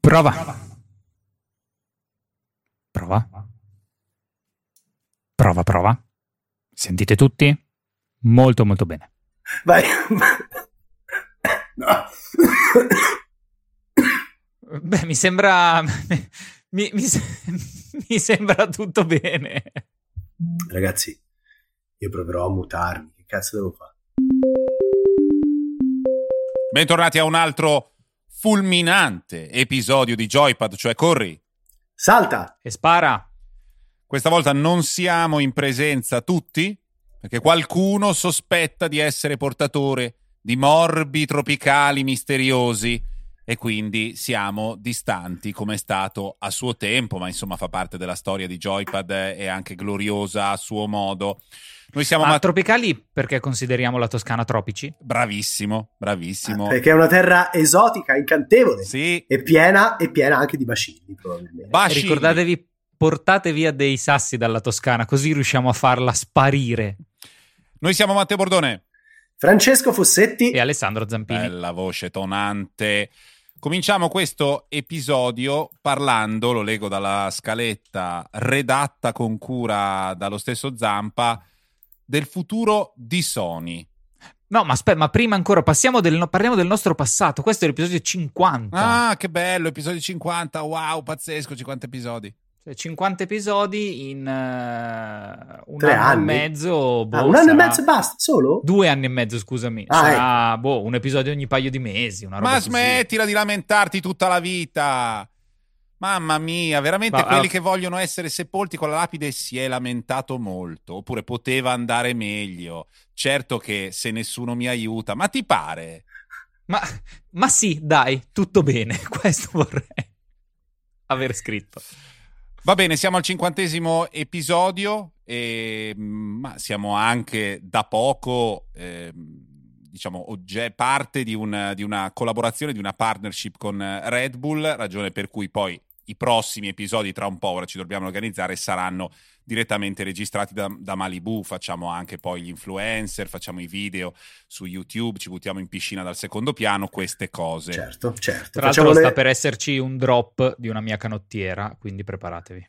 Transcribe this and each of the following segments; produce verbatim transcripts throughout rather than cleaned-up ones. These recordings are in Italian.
Prova. Prova. Prova, prova. Sentite tutti? Molto, molto bene. Vai. No. Beh, mi sembra... Mi, mi, mi sembra tutto bene. Ragazzi, io proverò a mutarmi. Che cazzo devo fare? Bentornati a un altro fulminante episodio di Joypad, cioè corri, salta e spara. Questa volta non siamo in presenza tutti, perché qualcuno sospetta di essere portatore di morbi tropicali misteriosi e quindi siamo distanti, come è stato a suo tempo, ma insomma fa parte della storia di Joypad e anche gloriosa a suo modo. Noi siamo Ma mat- tropicali perché consideriamo la Toscana tropici? Bravissimo, bravissimo. Ah, perché è una terra esotica, incantevole. Sì. E piena, e piena anche di bacilli, probabilmente. Bacilli. E ricordatevi, portate via dei sassi dalla Toscana, così riusciamo a farla sparire. Noi siamo Matteo Bordone, Francesco Fossetti e Alessandro Zampini. Bella voce tonante. Cominciamo questo episodio parlando, lo leggo dalla scaletta redatta con cura dallo stesso Zampa, del futuro di Sony. No, ma aspetta, ma prima ancora passiamo del, parliamo del nostro passato. Questo è l'episodio cinquanta. Ah, che bello, episodio cinquanta, wow, pazzesco, cinquanta episodi. Cioè, cinquanta episodi in uh, un Tre anno anni. e mezzo. Boh, ah, un anno sarà... e mezzo e basta, solo? Due anni e mezzo, scusami. Ah, sarà boh, un episodio ogni paio di mesi. Una roba Ma così. smettila di lamentarti tutta la vita. Mamma mia, veramente Ma, quelli uh, che vogliono essere sepolti con la lapide si è lamentato molto, oppure poteva andare meglio. Certo che se nessuno mi aiuta, ma ti pare? Ma, ma sì, dai, tutto bene. Questo vorrei aver scritto. Va bene, siamo al cinquantesimo episodio, e, ma siamo anche da poco, eh, diciamo, ogge- parte di una, di una collaborazione, di una partnership con Red Bull, ragione per cui poi i prossimi episodi, tra un po', ora ci dobbiamo organizzare, saranno direttamente registrati da, da Malibu. Facciamo anche poi gli influencer, facciamo i video su YouTube, ci buttiamo in piscina dal secondo piano, queste cose. Certo, certo. Tra l'altro Facciamo sta le... per esserci un drop di una mia canottiera, quindi preparatevi.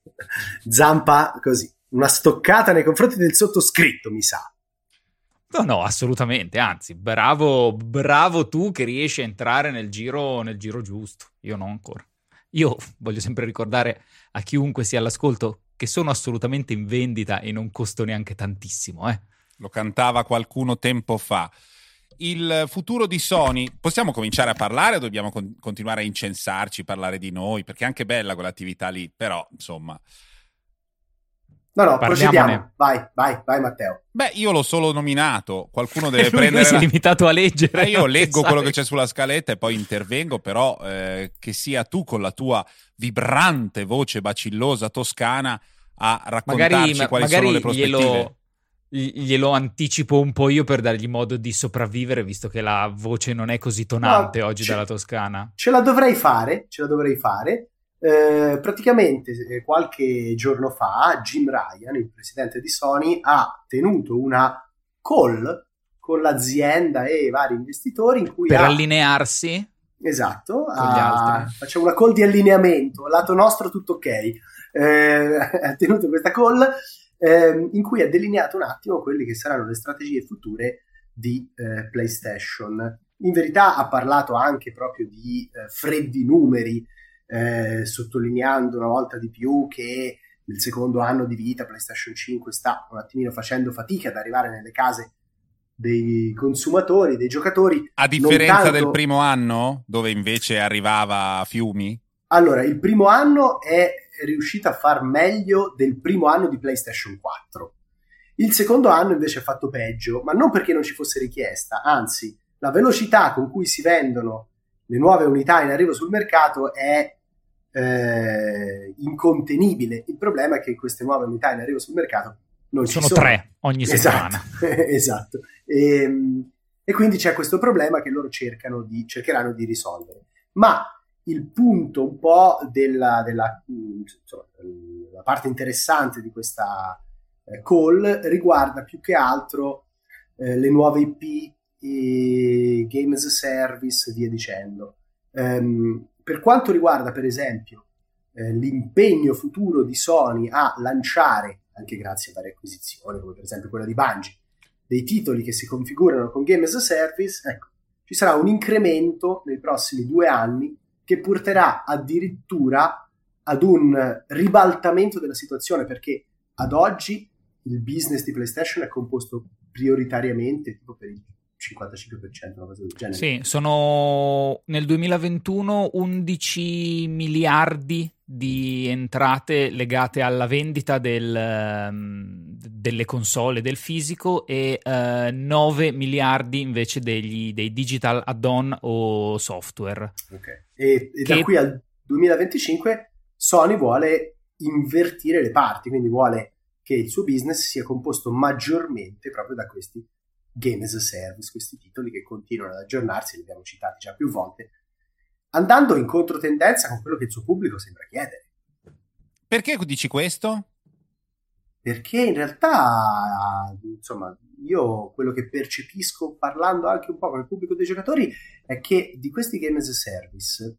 Zampa, così, una stoccata nei confronti del sottoscritto, mi sa. No, no, assolutamente, anzi, bravo, bravo tu che riesci a entrare nel giro, nel giro giusto. Io no ancora. Io voglio sempre ricordare a chiunque sia all'ascolto che sono assolutamente in vendita e non costo neanche tantissimo, eh. Lo cantava qualcuno tempo fa. Il futuro di Sony, possiamo cominciare a parlare o dobbiamo con- continuare a incensarci, parlare di noi? Perché è anche bella quell'attività lì, però, insomma... No, no, Parliamone. procediamo. Vai, vai, vai Matteo. Beh, io l'ho solo nominato, qualcuno deve lui, prendere... lui si è la... limitato a leggere. Eh, io leggo sai. quello che c'è sulla scaletta e poi intervengo, però eh, che sia tu con la tua vibrante voce bacillosa toscana a raccontarci Magari, quali magari sono le prospettive. glielo, glielo anticipo un po' io per dargli modo di sopravvivere, visto che la voce non è così tonante No, oggi ce- dalla Toscana. Ce la dovrei fare, ce la dovrei fare. Eh, praticamente eh, qualche giorno fa Jim Ryan, il presidente di Sony, ha tenuto una call con l'azienda e i vari investitori in cui Per ha... allinearsi Esatto, con gli ha... altri. facciamo una call di allineamento, lato nostro tutto ok. Eh, ha tenuto questa call eh, in cui ha delineato un attimo quelle che saranno le strategie future di eh, PlayStation. In verità ha parlato anche proprio di eh, freddi numeri, eh, sottolineando una volta di più che nel secondo anno di vita PlayStation cinque sta un attimino facendo fatica ad arrivare nelle case dei consumatori, dei giocatori. A differenza non tanto... del primo anno, dove invece arrivava a fiumi? Allora, il primo anno è riuscito a far meglio del primo anno di PlayStation quattro. Il secondo anno invece ha fatto peggio, ma non perché non ci fosse richiesta, anzi, la velocità con cui si vendono le nuove unità in arrivo sul mercato è eh, incontenibile. Il problema è che queste nuove unità in arrivo sul mercato non sono ci sono. tre ogni settimana. Esatto, esatto. E, e quindi c'è questo problema che loro cercano di, cercheranno di risolvere. Ma il punto un po' della, della insomma, la parte interessante di questa eh, call riguarda più che altro eh, le nuove I P, i game as a service, via dicendo. Um, per quanto riguarda, per esempio, eh, l'impegno futuro di Sony a lanciare, anche grazie a varie acquisizioni, come per esempio quella di Bungie, dei titoli che si configurano con Game as a Service, ecco, ci sarà un incremento nei prossimi due anni che porterà addirittura ad un ribaltamento della situazione, perché ad oggi il business di PlayStation è composto prioritariamente tipo per il cinquantacinque per cento, una cosa del genere. Sì, sono nel duemilaventuno undici miliardi di entrate legate alla vendita del, um, delle console del fisico e uh, nove miliardi invece degli, dei digital add-on o software. Okay. E, e che... da qui al duemilaventicinque Sony vuole invertire le parti, quindi vuole che il suo business sia composto maggiormente proprio da questi Game as a Service, questi titoli che continuano ad aggiornarsi, li abbiamo citati già più volte, andando in controtendenza con quello che il suo pubblico sembra chiedere. Perché dici questo? Perché in realtà, insomma, io quello che percepisco parlando anche un po' con il pubblico dei giocatori è che di questi Game as a Service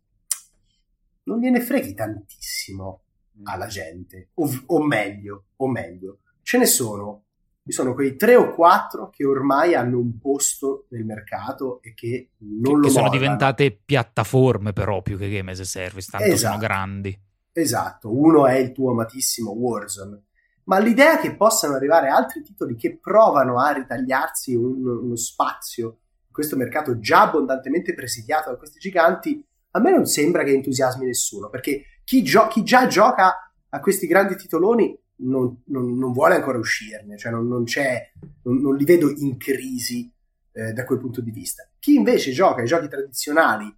non gliene freghi tantissimo alla gente, o, o meglio, o meglio, ce ne sono ci sono quei tre o quattro che ormai hanno un posto nel mercato e che non che, lo che sono mollano. Diventate piattaforme però più che Game as a Service, tanto esatto. Sono grandi. Esatto, uno è il tuo amatissimo Warzone, ma l'idea che possano arrivare altri titoli che provano a ritagliarsi un, uno spazio in questo mercato già abbondantemente presidiato da questi giganti, a me non sembra che entusiasmi nessuno, perché chi, gio- chi già gioca a questi grandi titoloni Non, non, non vuole ancora uscirne, cioè non, non c'è, non, non li vedo in crisi eh, da quel punto di vista. Chi invece gioca ai giochi tradizionali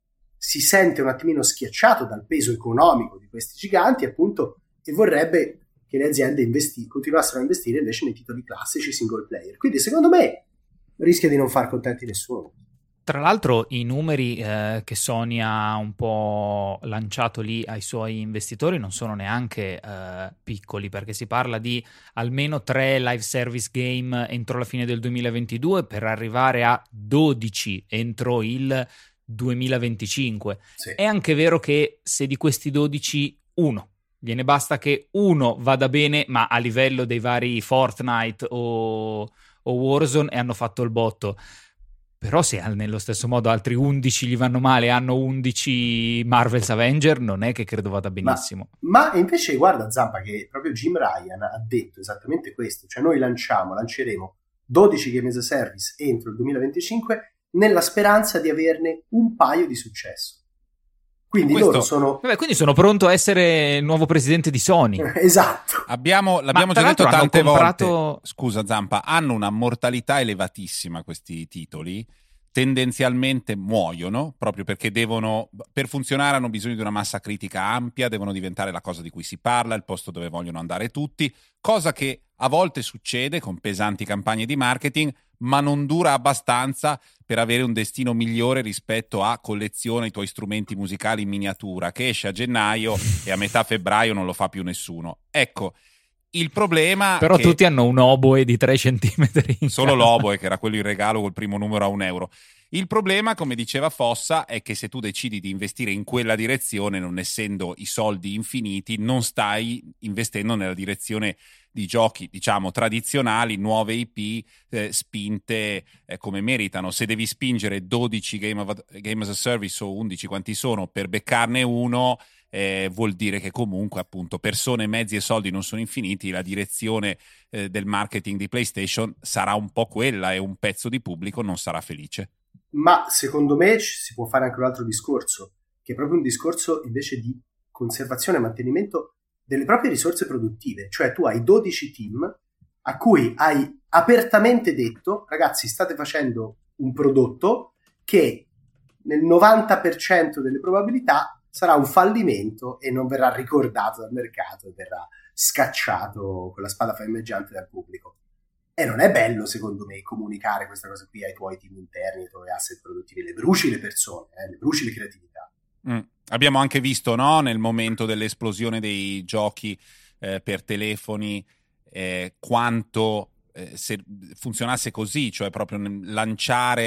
si sente un attimino schiacciato dal peso economico di questi giganti, appunto, e vorrebbe che le aziende investi- continuassero a investire invece nei titoli classici single player. Quindi secondo me rischia di non far contenti nessuno. Tra l'altro i numeri eh, che Sony ha un po' lanciato lì ai suoi investitori non sono neanche eh, piccoli, perché si parla di almeno tre live service game entro la fine del duemilaventidue per arrivare a dodici entro il duemilaventicinque. Sì. È anche vero che se di questi dodici uno gliene basta che uno vada bene, ma a livello dei vari Fortnite o, o Warzone, e hanno fatto il botto. Però se nello stesso modo altri undici gli vanno male, hanno undici Marvel's Avenger, non è che credo vada benissimo. Ma, ma invece guarda Zampa che proprio Jim Ryan ha detto esattamente questo, cioè noi lanciamo, lanceremo dodici Game as a Service entro il duemilaventicinque nella speranza di averne un paio di successo. Quindi Questo... loro sono... Vabbè, quindi sono pronto a essere il nuovo presidente di Sony. Esatto. Abbiamo, l'abbiamo già detto tante comprato... volte. Scusa Zampa, hanno una mortalità elevatissima questi titoli. Tendenzialmente muoiono proprio perché devono, per funzionare hanno bisogno di una massa critica ampia, devono diventare la cosa di cui si parla, il posto dove vogliono andare tutti, cosa che a volte succede con pesanti campagne di marketing, ma non dura abbastanza per avere un destino migliore rispetto a colleziona i tuoi strumenti musicali in miniatura, che esce a gennaio e a metà febbraio non lo fa più nessuno. Ecco, il problema... Però che tutti hanno un oboe di tre centimetri. Solo l'oboe, che era quello in regalo col primo numero a un euro. Il problema, come diceva Fossa, è che se tu decidi di investire in quella direzione, non essendo i soldi infiniti, non stai investendo nella direzione di giochi, diciamo, tradizionali, nuove I P, eh, spinte eh, come meritano. Se devi spingere dodici game, of, game as a service o undici, quanti sono, per beccarne uno, eh, vuol dire che comunque, appunto, persone, mezzi e soldi non sono infiniti, la direzione eh, del marketing di PlayStation sarà un po' quella e un pezzo di pubblico non sarà felice. Ma secondo me si può fare anche un altro discorso, che è proprio un discorso invece di conservazione e mantenimento delle proprie risorse produttive. Cioè tu hai dodici team a cui hai apertamente detto: ragazzi, state facendo un prodotto che nel novanta per cento delle probabilità sarà un fallimento e non verrà ricordato dal mercato e verrà scacciato con la spada fiammeggiante dal pubblico. E non è bello, secondo me, comunicare questa cosa qui ai tuoi team interni, ai tuoi asset produttivi. Le bruci le persone, eh, le bruci le creatività. Mm. Abbiamo anche visto, no, nel momento dell'esplosione dei giochi eh, per telefoni, eh, quanto eh, se funzionasse così, cioè proprio lanciare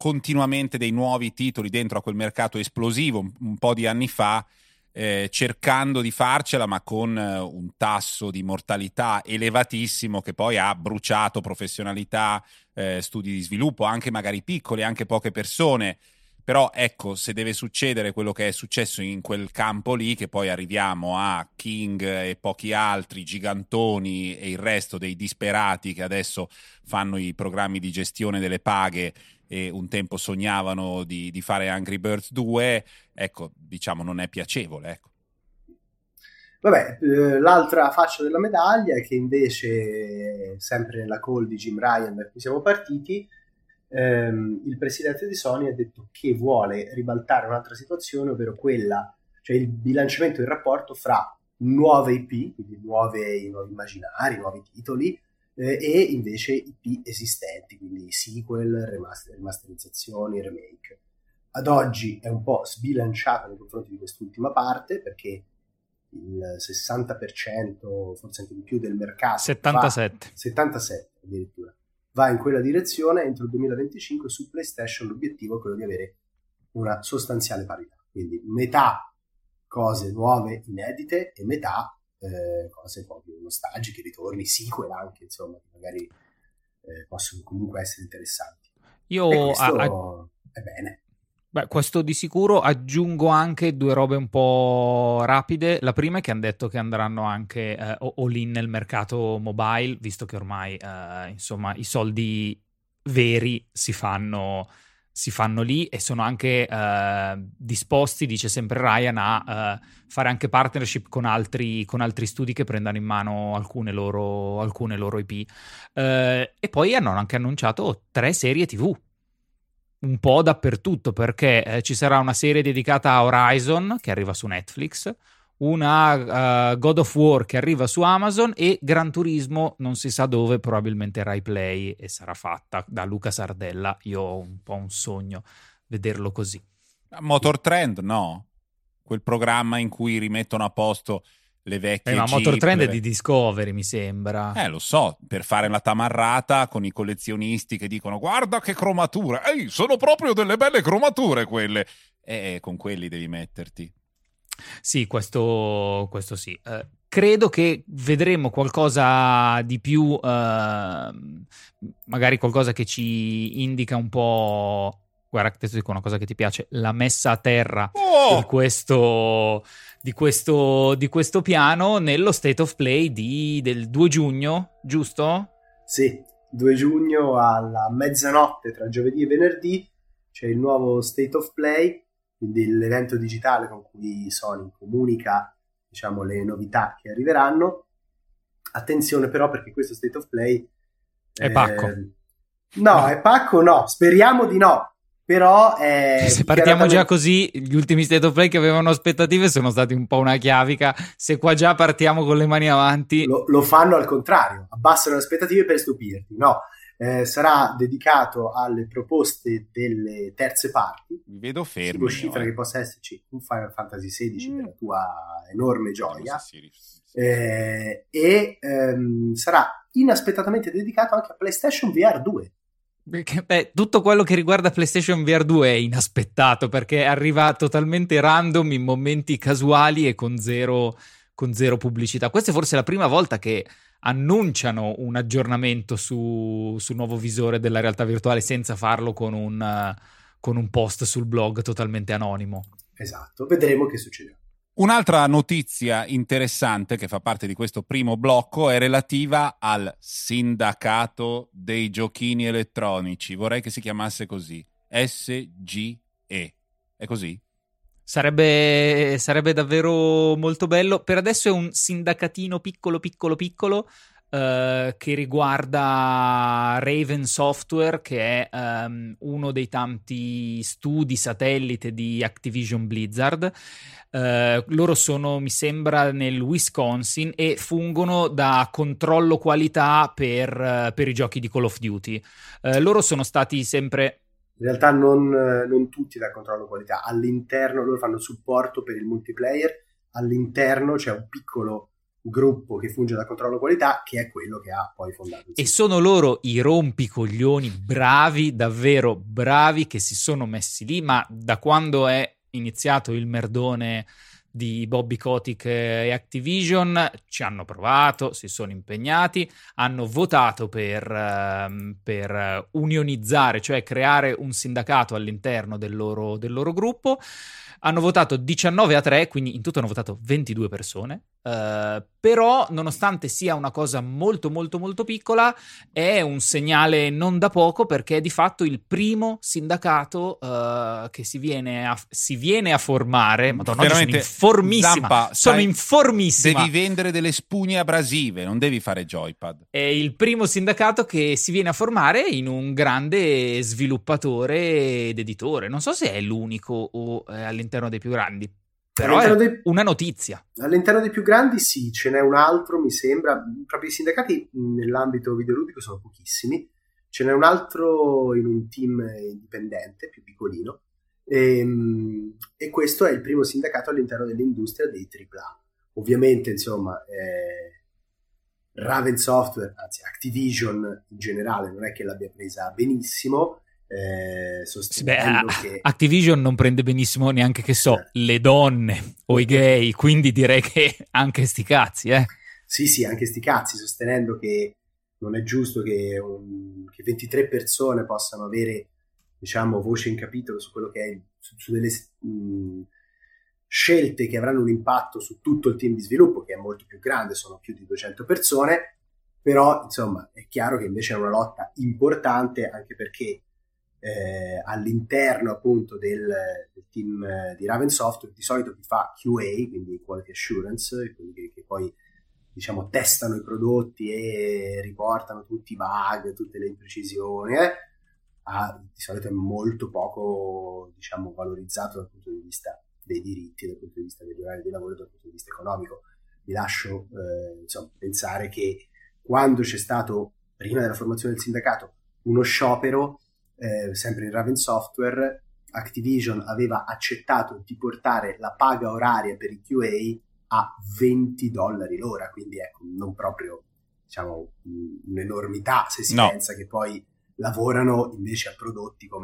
continuamente dei nuovi titoli dentro a quel mercato esplosivo un, un po' di anni fa, eh, cercando di farcela ma con eh, un tasso di mortalità elevatissimo che poi ha bruciato professionalità, eh, studi di sviluppo, anche magari piccoli, anche poche persone. Però ecco, se deve succedere quello che è successo in quel campo lì, che poi arriviamo a King e pochi altri gigantoni e il resto dei disperati che adesso fanno i programmi di gestione delle paghe e un tempo sognavano di, di fare Angry Birds due, ecco, diciamo non è piacevole, ecco. Vabbè, eh, l'altra faccia della medaglia è che invece, sempre nella call di Jim Ryan da cui siamo partiti, ehm, il presidente di Sony ha detto che vuole ribaltare un'altra situazione, ovvero quella, cioè il bilanciamento del rapporto fra nuove I P, quindi nuove, nuovi immaginari, nuovi titoli, eh, e invece I P esistenti, quindi sequel, remaster, remasterizzazioni, remake. Ad oggi è un po' sbilanciato nei confronti di quest'ultima parte, perché il sessanta per cento, forse anche di più, del mercato, settantasette va, settantasette addirittura, va in quella direzione. Entro il duemilaventicinque su PlayStation l'obiettivo è quello di avere una sostanziale parità, quindi metà cose nuove inedite e metà eh, cose proprio nostalgiche, ritorni, sequel anche, insomma, che magari eh, possono comunque essere interessanti. Io e questo a, a... è bene. Beh, questo di sicuro. Aggiungo anche due robe un po' rapide. La prima è che hanno detto che andranno anche eh, all in nel mercato mobile, visto che ormai eh, insomma i soldi veri si fanno, si fanno lì, e sono anche eh, disposti, dice sempre Ryan, a eh, fare anche partnership con altri, con altri studi che prendano in mano alcune loro, alcune loro I P. Eh, e poi hanno anche annunciato tre serie tivù. Un po' dappertutto, perché eh, ci sarà una serie dedicata a Horizon che arriva su Netflix, una uh, God of War che arriva su Amazon, e Gran Turismo non si sa dove, probabilmente Rai Play, e sarà fatta da Luca Sardella. Io ho un po' un sogno vederlo così. Motor Trend, no? Quel programma in cui rimettono a posto le vecchie eh, ma Jeep, Motor Trend le... è di Discovery, mi sembra. Eh, lo so, per fare la tamarrata con i collezionisti che dicono guarda che cromature, ehi, sono proprio delle belle cromature quelle. E eh, con quelli devi metterti. Sì, questo, questo sì. Eh, credo che vedremo qualcosa di più, eh, magari qualcosa che ci indica un po'... Guarda, adesso dico una cosa che ti piace, la messa a terra oh! di questo... Di questo, di questo piano nello State of Play di, del due giugno, giusto? Sì, due giugno alla mezzanotte tra giovedì e venerdì c'è il nuovo State of Play, quindi l'evento digitale con cui Sony comunica, diciamo, le novità che arriveranno. Attenzione però, perché questo State of Play è eh, pacco. No, è pacco no, speriamo di no. Però è se partiamo già così, gli ultimi State of Play che avevano aspettative sono stati un po' una chiavica. Se qua già partiamo con le mani avanti, lo, lo fanno al contrario, abbassano le aspettative per stupirti. No, eh, sarà dedicato alle proposte delle terze parti. Mi vedo fermo. Si vocifera che possa esserci un Final Fantasy sedici mm. per la tua enorme gioia, eh, e ehm, sarà inaspettatamente dedicato anche a PlayStation V R due. Beh, tutto quello che riguarda PlayStation V R due è inaspettato, perché arriva totalmente random, in momenti casuali e con zero, con zero pubblicità. Questa è forse la prima volta che annunciano un aggiornamento su, sul nuovo visore della realtà virtuale senza farlo con un, uh, con un post sul blog totalmente anonimo. Esatto, vedremo che succederà. Un'altra notizia interessante che fa parte di questo primo blocco è relativa al sindacato dei giochini elettronici. Vorrei che si chiamasse così, S G E. È così? Sarebbe, sarebbe davvero molto bello. Per adesso è un sindacatino piccolo, piccolo, piccolo, Uh, che riguarda Raven Software, che è um, uno dei tanti studi satellite di Activision Blizzard. Uh, loro sono, mi sembra, nel Wisconsin e fungono da controllo qualità per, uh, per i giochi di Call of Duty. Uh, loro sono stati sempre... In realtà non, non tutti da controllo qualità. All'interno loro fanno supporto per il multiplayer, all'interno c'è un piccolo gruppo che funge da controllo qualità, che è quello che ha poi fondato il E sindacato. sono loro i rompicoglioni bravi, davvero bravi, che si sono messi lì, ma da quando è iniziato il merdone di Bobby Kotick e Activision ci hanno provato, si sono impegnati, hanno votato per, uh, per unionizzare, cioè creare un sindacato all'interno del loro, del loro gruppo. Hanno votato diciannove a tre, quindi in tutto hanno votato ventidue persone, uh, però nonostante sia una cosa molto molto molto piccola, è un segnale non da poco, perché è di fatto il primo sindacato uh, che si viene a, si viene a formare. Madonna, oggi sono informissima, Zampa, sono stai, informissima. Devi vendere delle spugne abrasive, non devi fare joypad. È il primo sindacato che si viene a formare in un grande sviluppatore ed editore. Non so se è l'unico o è all'interno dei più grandi, però all'interno è dei, una notizia. All'interno dei più grandi sì, ce n'è un altro, mi sembra. Proprio i sindacati nell'ambito videoludico sono pochissimi. Ce n'è un altro in un team indipendente, più piccolino, e, e questo è il primo sindacato all'interno dell'industria dei tripla A. Ovviamente, insomma, eh, Raven Software, anzi Activision in generale, non è che l'abbia presa benissimo, eh, sostenendo sì, beh, che Activision non prende benissimo neanche, che so, eh. le donne o i gay, quindi direi che anche sti cazzi, eh. Sì, sì, anche sti cazzi, sostenendo che non è giusto che, un, che ventitré persone possano avere, diciamo, voce in capitolo su quello che è, su, su delle mh, scelte che avranno un impatto su tutto il team di sviluppo, che è molto più grande, sono più di duecento persone, però, insomma, è chiaro che invece è una lotta importante, anche perché eh, all'interno appunto del, del team di Raven Software di solito chi fa Q A, quindi Quality Assurance, quelli che, che poi diciamo testano i prodotti e riportano tutti i bug, tutte le imprecisioni, eh, ha, di solito è molto poco, diciamo, valorizzato dal punto di vista dei diritti, dal punto di vista degli orari di lavoro, dal punto di vista economico. Vi lascio eh, insomma, pensare che quando c'è stato, prima della formazione del sindacato, uno sciopero, eh, sempre in Raven Software, Activision aveva accettato di portare la paga oraria per i Q A a venti dollari l'ora, quindi ecco, non proprio, diciamo, un'enormità se si no. pensa che poi lavorano invece a prodotti come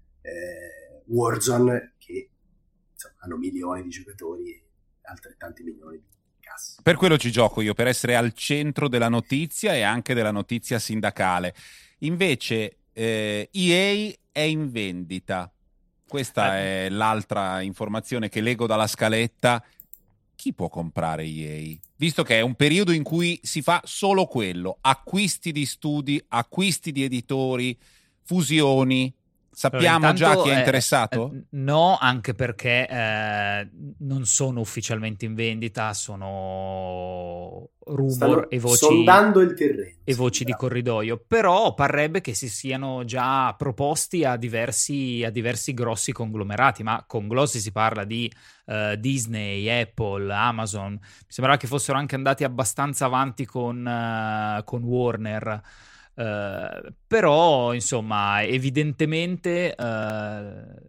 eh, Warzone, che insomma, hanno milioni di giocatori e altrettanti milioni di cassa. Per quello ci gioco io, per essere al centro della notizia e anche della notizia sindacale. Invece eh, E A è in vendita. Questa eh. è l'altra informazione che leggo dalla scaletta. Chi può comprare E A? Visto che è un periodo in cui si fa solo quello, acquisti di studi, acquisti di editori, fusioni. Sappiamo allora, già chi è interessato? Eh, no, anche perché eh, non sono ufficialmente in vendita, sono rumor Stanno e voci, sondando il terreno, e voci di corridoio, però parrebbe che si siano già proposti a diversi, a diversi grossi conglomerati, ma con grossi si parla di uh, Disney, Apple, Amazon. Mi sembrava che fossero anche andati abbastanza avanti con, uh, con Warner. Uh, però insomma evidentemente uh,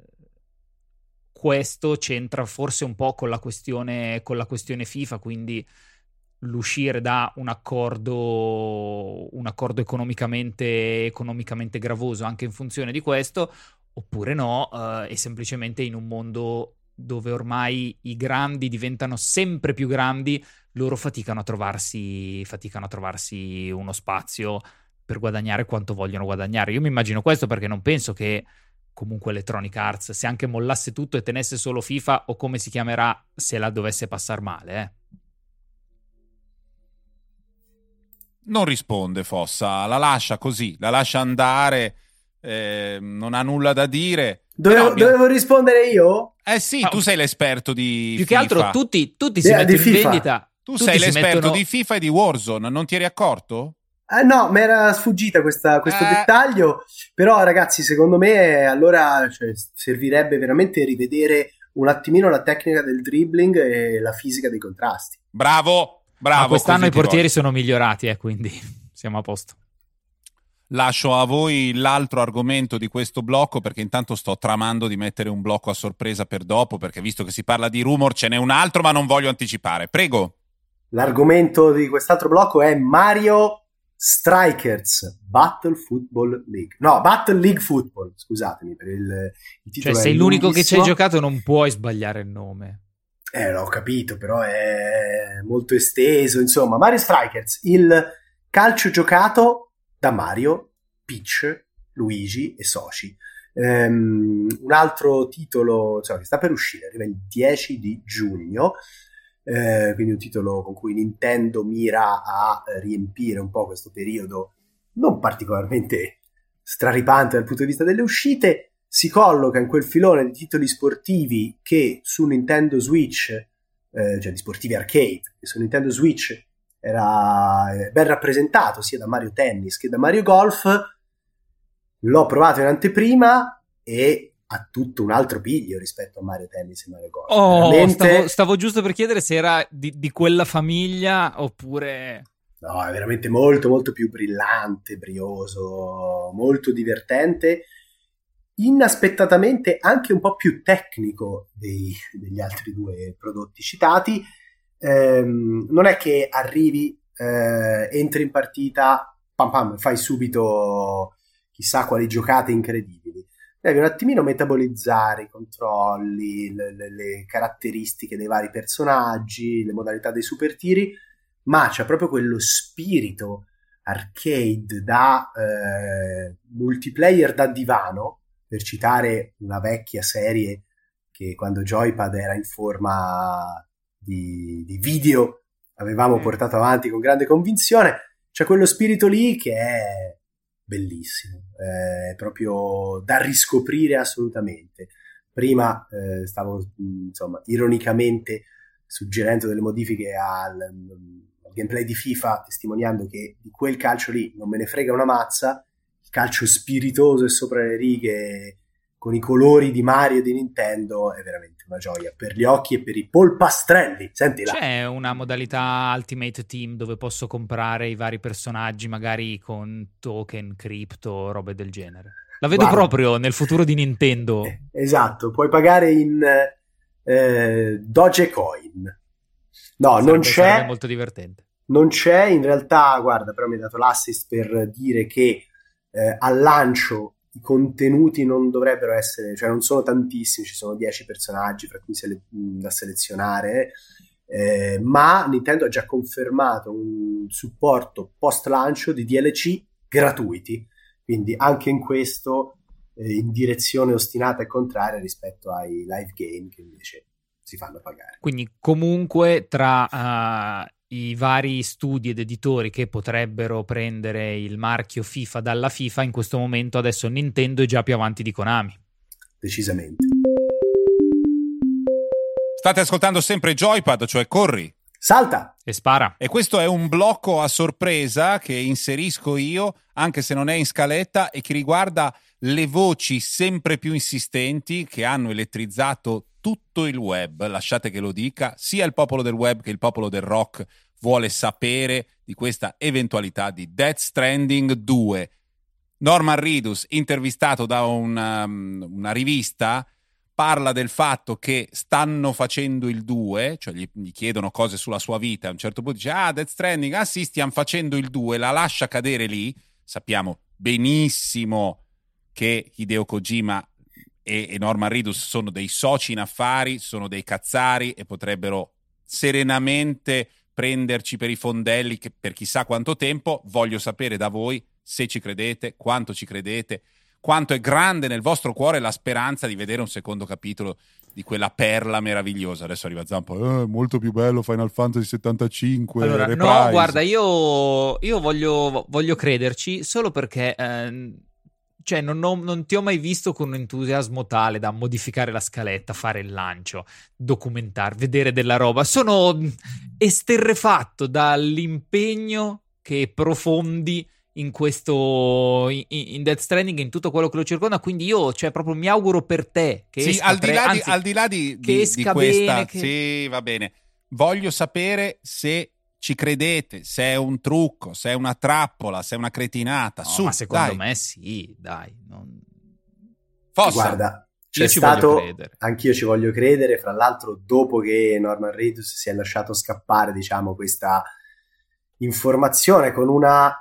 questo c'entra forse un po' con la questione con la questione FIFA, quindi l'uscire da un accordo un accordo economicamente economicamente gravoso anche in funzione di questo, oppure no, uh, è semplicemente in un mondo dove ormai i grandi diventano sempre più grandi, loro faticano a trovarsi faticano a trovarsi uno spazio per guadagnare quanto vogliono guadagnare. Io mi immagino questo, perché non penso che comunque Electronic Arts, se anche mollasse tutto e tenesse solo FIFA, o come si chiamerà se la dovesse passar male, eh. Non risponde Fossa, la lascia così, la lascia andare, eh, non ha nulla da dire. Dovevo, Però, dovevo rispondere io? Eh sì, ah, tu sei l'esperto di più FIFA. Più che altro tutti, tutti si yeah, mettono in FIFA. vendita. Tu tutti sei l'esperto mettono... di FIFA e di Warzone, non ti eri accorto? Eh no, mi era sfuggita questa, questo eh. dettaglio, però ragazzi secondo me allora cioè, servirebbe veramente rivedere un attimino la tecnica del dribbling e la fisica dei contrasti. Bravo, bravo. Ma quest'anno i portieri sono migliorati, eh, quindi siamo a posto. Lascio a voi l'altro argomento di questo blocco, perché intanto sto tramando di mettere un blocco a sorpresa per dopo, perché visto che si parla di rumor ce n'è un altro, ma non voglio anticipare. Prego. L'argomento di quest'altro blocco è Mario Strikers Battle Football League. No, Battle League Football, scusatemi per il, il titolo. Cioè, sei l'unico che ci hai giocato, non puoi sbagliare il nome. Eh, l'ho capito, però è molto esteso. Insomma, Mario Strikers, il calcio giocato da Mario, Peach, Luigi e soci. Um, un altro titolo, insomma, che sta per uscire, arriva il dieci di giugno. Eh, quindi un titolo con cui Nintendo mira a eh, riempire un po' questo periodo non particolarmente straripante dal punto di vista delle uscite. Si colloca in quel filone di titoli sportivi che su Nintendo Switch, eh, cioè di sportivi arcade, che su Nintendo Switch era eh, ben rappresentato sia da Mario Tennis che da Mario Golf. L'ho provato in anteprima e ha tutto un altro piglio rispetto a Mario Tennis e Mario Golf. Oh, veramente... stavo, stavo giusto per chiedere se era di, di quella famiglia oppure... No, è veramente molto molto più brillante, brioso, molto divertente, inaspettatamente anche un po' più tecnico dei, degli altri due prodotti citati. Ehm, non è che arrivi, eh, entri in partita, pam pam, fai subito chissà quali giocate incredibili. Devi un attimino metabolizzare i controlli, le, le, le caratteristiche dei vari personaggi, le modalità dei super tiri, ma c'è proprio quello spirito arcade da eh, multiplayer da divano, per citare una vecchia serie che quando Joypad era in forma di, di video avevamo portato avanti con grande convinzione. C'è quello spirito lì che è bellissimo, è proprio da riscoprire assolutamente. Prima eh, stavo insomma ironicamente suggerendo delle modifiche al, al gameplay di FIFA, testimoniando che di quel calcio lì non me ne frega una mazza. Il calcio spiritoso e sopra le righe con i colori di Mario e di Nintendo è veramente una gioia per gli occhi e per i polpastrelli. Sentila. C'è una modalità Ultimate Team dove posso comprare i vari personaggi magari con token, cripto, robe del genere? La vedo Guarda, proprio nel futuro di Nintendo. Eh, esatto, puoi pagare in eh, Dogecoin. No, sarebbe, non c'è. Sarebbe molto divertente. Non c'è, in realtà, guarda, però mi ha dato l'assist per dire che eh, al lancio i contenuti non dovrebbero essere, cioè non sono tantissimi, ci sono dieci personaggi fra cui sele- da selezionare, eh, ma Nintendo ha già confermato un supporto post lancio di D L C gratuiti, quindi anche in questo eh, in direzione ostinata e contraria rispetto ai live game che invece si fanno pagare. Quindi comunque tra uh, i vari studi ed editori che potrebbero prendere il marchio FIFA dalla FIFA, in questo momento adesso Nintendo è già più avanti di Konami. Decisamente. State ascoltando sempre Joypad, cioè corri, salta e spara. E questo è un blocco a sorpresa che inserisco io, anche se non è in scaletta, e che riguarda le voci sempre più insistenti che hanno elettrizzato tutto il web, lasciate che lo dica, sia il popolo del web che il popolo del rock vuole sapere di questa eventualità di Death Stranding due. Norman Reedus, intervistato da una, una rivista, parla del fatto che stanno facendo il due, cioè gli, gli chiedono cose sulla sua vita, a un certo punto dice ah Death Stranding, ah sì stiamo facendo il due, la lascia cadere lì. Sappiamo benissimo che Hideo Kojima e, e Norman Reedus sono dei soci in affari, sono dei cazzari e potrebbero serenamente prenderci per i fondelli che per chissà quanto tempo. Voglio sapere da voi se ci credete, quanto ci credete, quanto è grande nel vostro cuore la speranza di vedere un secondo capitolo di quella perla meravigliosa. Adesso arriva Zampo, eh, molto più bello Final Fantasy settantacinque. Allora, Reprise. no, guarda, io, io voglio, voglio crederci solo perché eh, cioè non, ho, non ti ho mai visto con un entusiasmo tale da modificare la scaletta, fare il lancio, documentare, vedere della roba. Sono esterrefatto dall'impegno che profondi in questo in, in Death Stranding, in tutto quello che lo circonda, quindi io cioè proprio mi auguro per te che sì, esca al di là tre, di, anzi, al di là di, che di, esca di questa bene, che... sì, va bene, voglio sapere se ci credete, se è un trucco, se è una trappola, se è una cretinata. No, su, ma secondo dai. me sì, dai non... Fossa. Guarda, c'è Io ci stato, voglio credere. anch'io ci voglio credere, fra l'altro dopo che Norman Reedus si è lasciato scappare, diciamo, questa informazione con una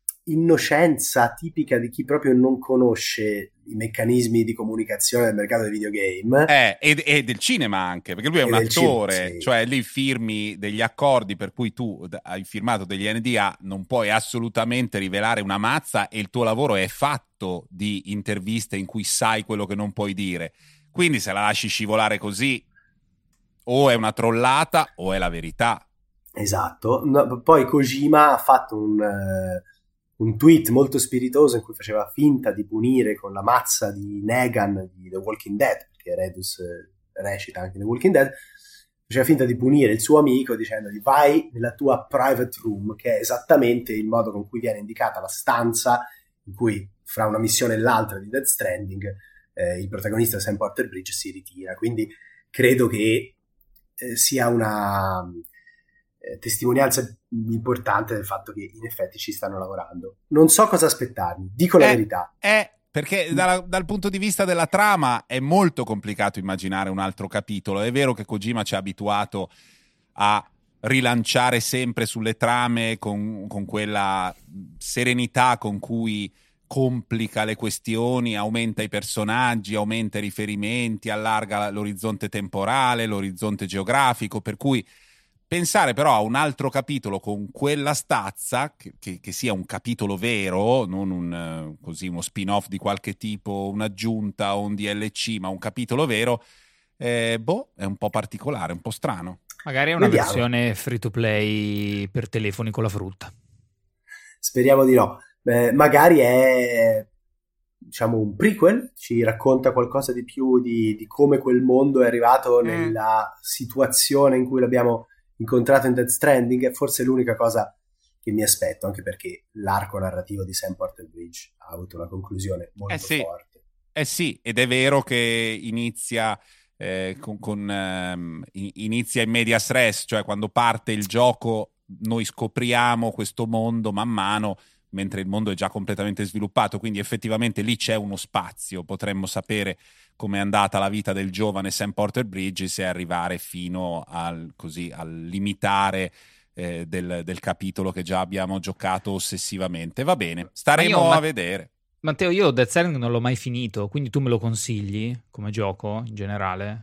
innocenza tipica di chi proprio non conosce i meccanismi di comunicazione del mercato dei videogame eh, e, e del cinema anche, perché lui è E un del attore, cinema, sì. cioè lì firmi degli accordi per cui tu d- hai firmato degli N D A, non puoi assolutamente rivelare una mazza e il tuo lavoro è fatto di interviste in cui sai quello che non puoi dire, quindi se la lasci scivolare così o è una trollata o è la verità. Esatto. No, poi Kojima ha fatto un, eh, un tweet molto spiritoso in cui faceva finta di punire con la mazza di Negan di The Walking Dead, perché Redus eh, recita anche The Walking Dead, faceva finta di punire il suo amico dicendogli vai nella tua private room, che è esattamente il modo con cui viene indicata la stanza in cui fra una missione e l'altra di Death Stranding eh, il protagonista Sam Porter Bridge si ritira. Quindi credo che eh, sia una eh, testimonianza importante del fatto che in effetti ci stanno lavorando. Non so cosa aspettarmi, dico la Eh, verità. eh, perché dalla- dal punto di vista della trama è molto complicato immaginare un altro capitolo. È vero che Kojima ci ha abituato a rilanciare sempre sulle trame con, con quella serenità con cui complica le questioni, aumenta i personaggi, aumenta i riferimenti, allarga l'orizzonte temporale, l'orizzonte geografico, per cui pensare però a un altro capitolo con quella stazza, che, che, che sia un capitolo vero, non un, eh, così uno spin-off di qualche tipo, un'aggiunta o un D L C, ma un capitolo vero, eh, boh, è un po' particolare, un po' strano. Magari è una Vediamo. versione free to play per telefoni con la frutta. Speriamo di no. Eh, magari è, diciamo, un prequel, ci racconta qualcosa di più di, di come quel mondo è arrivato Mm. nella situazione in cui l'abbiamo incontrato in Death Stranding. È forse l'unica cosa che mi aspetto, anche perché l'arco narrativo di Sam Porter Bridge ha avuto una conclusione molto Eh sì. forte. Eh sì, ed è vero che inizia eh, con, con ehm, in- inizia in medias res, cioè quando parte il gioco noi scopriamo questo mondo man mano, mentre il mondo è già completamente sviluppato, quindi effettivamente lì c'è uno spazio, potremmo sapere com'è andata la vita del giovane Sam Porter Bridges e arrivare fino al, così, al limitare eh, del, del capitolo che già abbiamo giocato ossessivamente. Va bene, staremo Ma io, ma- a vedere. Matteo, io Death Stranding non l'ho mai finito, quindi tu me lo consigli come gioco in generale?